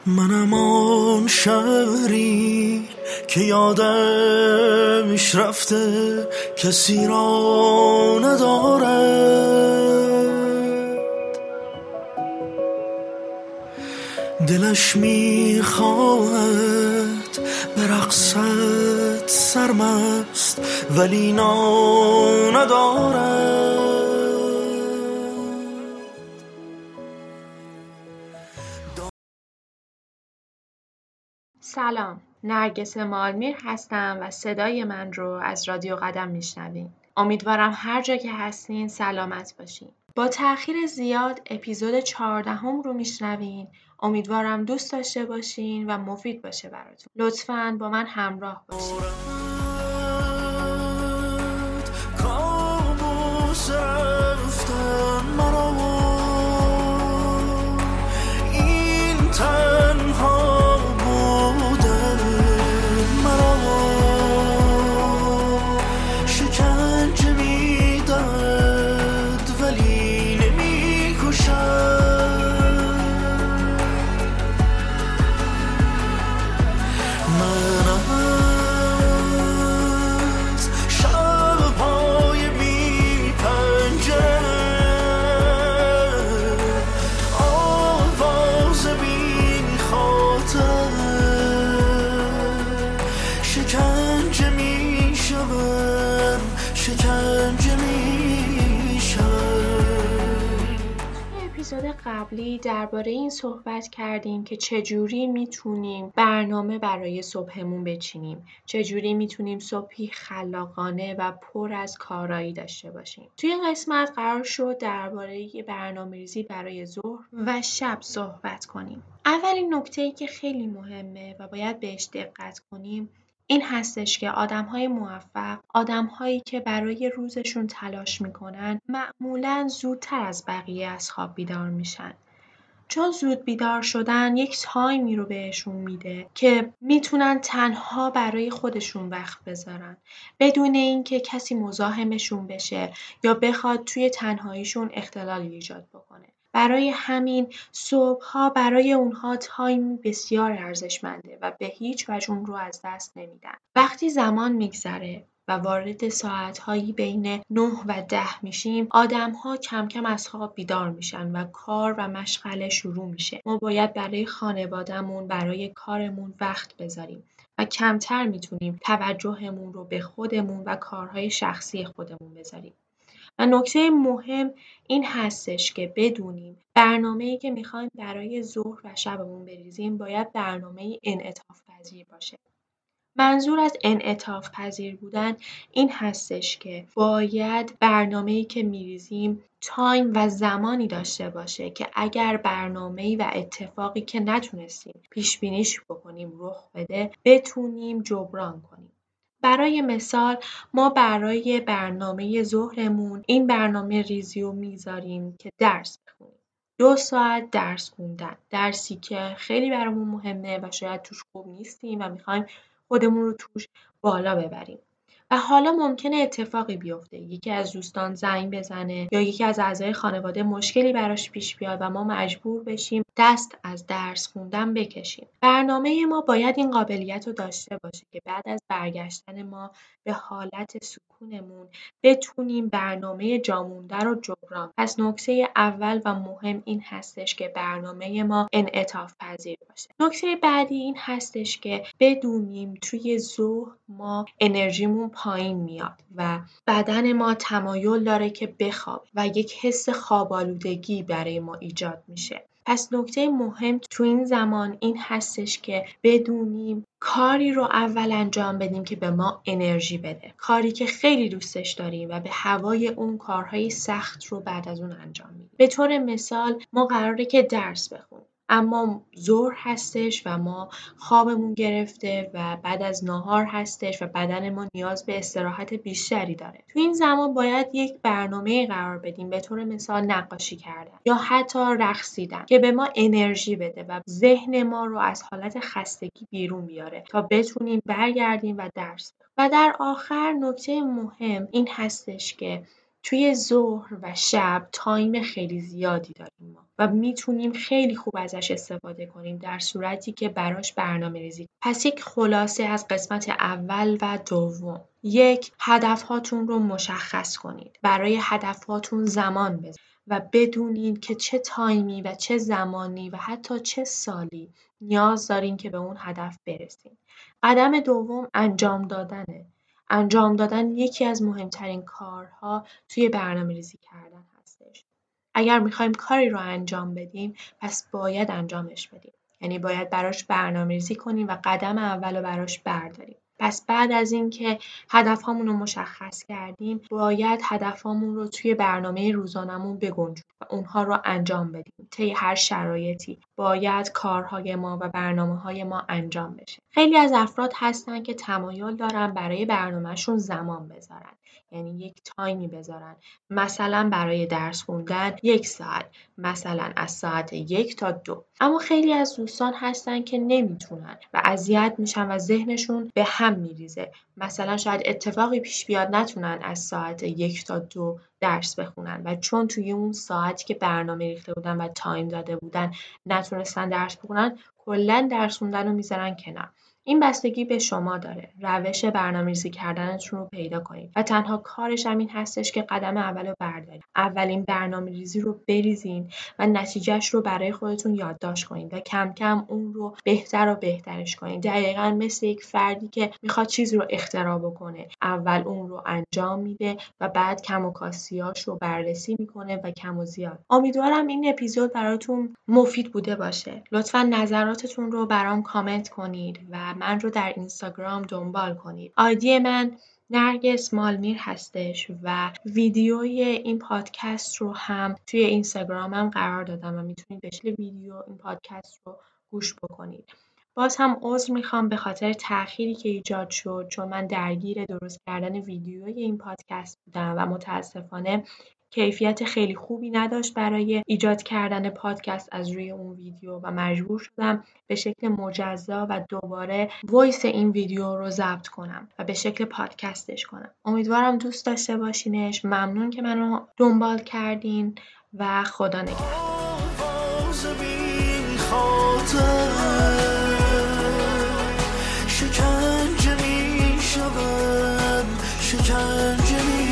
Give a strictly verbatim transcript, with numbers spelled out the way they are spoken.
منم آن شهری که یادش رفته کسی را ندارد، دلش میخواهد به رقصت سرمست ولی نا ندارد. سلام، نرگس مالمیر هستم و صدای من رو از رادیو قدم میشنوین. امیدوارم هر جا که هستین سلامت باشین. با تأخیر زیاد اپیزود چهاردهم رو میشنوین. امیدوارم دوست داشته باشین و مفید باشه براتون. لطفاً با من همراه باشین. اپیزود قبلی درباره این صحبت کردیم که چجوری میتونیم برنامه برای صبحمون بچینیم، چجوری میتونیم صبحی خلاقانه و پر از کارایی داشته باشیم. توی این قسمت قرار شد درباره برنامه‌ریزی برای ظهر و شب صحبت کنیم. اولین نکته‌ای که خیلی مهمه و باید بهش دقت کنیم این هستش که آدم‌های موفق، آدم‌هایی که برای روزشون تلاش میکنن، معمولاً زودتر از بقیه از خواب بیدار میشن. چون زود بیدار شدن یک تایمی رو بهشون میده که میتونن تنها برای خودشون وقت بذارن، بدون اینکه کسی مزاحمشون بشه یا بخواد توی تنهاییشون اختلالی ایجاد بکنه. برای همین صبح‌ها برای اونها تایم بسیار ارزشمنده و به هیچ وجه اون رو از دست نمیدن. وقتی زمان میگذره و وارد ساعت‌هایی بین نه و ده میشیم، آدم‌ها کم کم از خواب بیدار میشن و کار و مشغله شروع میشه. ما باید برای خانواده‌مون، برای کارمون وقت بذاریم و کمتر میتونیم توجهمون رو به خودمون و کارهای شخصی خودمون بذاریم. و نکته مهم این هستش که بدونیم برنامه‌ای که میخوایم برای ظهر و شبمون بریزیم باید برنامه انعطاف پذیر باشه. منظور از انعطاف پذیر بودن این هستش که باید برنامه‌ای که میریزیم تایم و زمانی داشته باشه که اگر برنامه‌ای و اتفاقی که نتونستیم پیش بینیش بکنیم رخ بده بتونیم جبران کنیم. برای مثال ما برای برنامه ظهرمون این برنامه ریزی رو میذاریم که درس بخونیم. دو ساعت درس خوندن، درسی که خیلی برامون مهمه و شاید توش خوب نیستیم و میخوایم خودمون رو توش بالا ببریم. و حالا ممکنه اتفاقی بیفته، یکی از دوستان زنگ بزنه یا یکی از اعضای خانواده مشکلی براش پیش بیاد و ما مجبور بشیم دست از درس خوندن بکشیم. برنامه ما باید این قابلیت رو داشته باشه که بعد از برگشتن ما به حالت سکونمون بتونیم برنامه جامونده رو جبران. پس نکته اول و مهم این هستش که برنامه ما انعطاف پذیر باشه. نکته بعدی این هستش که بدونیم توی ظهر ما انرژیمون پایین میاد و بدن ما تمایل داره که بخوابه و یک حس خواب‌آلودگی برای ما ایجاد میشه. پس نکته مهم تو این زمان این هستش که بدونیم کاری رو اول انجام بدیم که به ما انرژی بده. کاری که خیلی دوستش داریم و به هوای اون کارهای سخت رو بعد از اون انجام میدیم. به طور مثال ما قراره که درس بخونیم. اما ظهر هستش و ما خوابمون گرفته و بعد از ناهار هستش و بدن ما نیاز به استراحت بیشتری داره. تو این زمان باید یک برنامه قرار بدیم، به طور مثال نقاشی کردن یا حتی رقصیدن که به ما انرژی بده و ذهن ما رو از حالت خستگی بیرون بیاره تا بتونیم برگردیم و درس بخونیم. و در آخر نکته مهم این هستش که توی ظهر و شب تایم خیلی زیادی داریم ما و میتونیم خیلی خوب ازش استفاده کنیم در صورتی که براش برنامه ریزی. پس یک خلاصه از قسمت اول و دوم. یک، هدفهاتون رو مشخص کنید. برای هدفهاتون زمان بذارید و بدونید که چه تایمی و چه زمانی و حتی چه سالی نیاز دارین که به اون هدف برسید. قدم دوم انجام دادنه. انجام دادن یکی از مهمترین کارها توی برنامه‌ریزی کردن هستش. اگر میخوایم کاری رو انجام بدیم پس باید انجامش بدیم. یعنی باید براش برنامه‌ریزی کنیم و قدم اول رو براش برداریم. پس بعد از اینکه هدفهامون رو مشخص کردیم باید هدفهامون رو توی برنامه روزانمون بگنجونیم و اونها رو انجام بدیم. طی هر شرایطی باید کارهای ما و برنامه‌های ما انجام بشه. خیلی از افراد هستن که تمایل دارن برای برنامه‌شون زمان بذارن. یعنی یک تایمی بذارن. مثلا برای درس خوندن یک ساعت. مثلا از ساعت یک تا دو. اما خیلی از دوستان هستن که نمیتونن و اذیت میشن و ذهنشون به هم میریزه. مثلا شاید اتفاقی پیش بیاد نتونن از ساعت یک تا دو درس بخونن و چون توی اون ساعتی که برنامه ریخته بودن و تایم داده بودن نتونستن درس بخونن کلا درس خوندن رو میذارن کنار. این بستگی به شما داره. روش برنامه‌ریزی کردنتون رو پیدا کنید و تنها کارش هم این هستش که قدم اول رو بردارید. اولین برنامه‌ریزی رو بریزین و نتیجهش رو برای خودتون یادداشت کنید و کم کم اون رو بهتر و بهترش کنید. دقیقاً مثل یک فردی که میخواد چیزی رو اختراع بکنه. اول اون رو انجام میده و بعد کم و کاستیاش رو بررسی میکنه و کم و زیاد. امیدوارم این اپیزود براتون مفید بوده باشه. لطفاً نظراتتون رو برام کامنت کنید و من رو در اینستاگرام دنبال کنید. آیدی من نرگس مالمیر هستش و ویدیوی این پادکست رو هم توی اینستاگرامم قرار دادم و میتونید به شکل ویدیو این پادکست رو گوش بکنید. باز هم عذر میخوام به خاطر تأخیری که ایجاد شد چون من درگیر درست کردن ویدیوی این پادکست بودم و متاسفانه کیفیت خیلی خوبی نداشت برای ایجاد کردن پادکست از روی اون ویدیو و مجبور شدم به شکل مجزا و دوباره وایس این ویدیو رو ضبط کنم و به شکل پادکستش کنم. امیدوارم دوست داشته باشینش. ممنون که منو دنبال کردین و خدا نگهدار.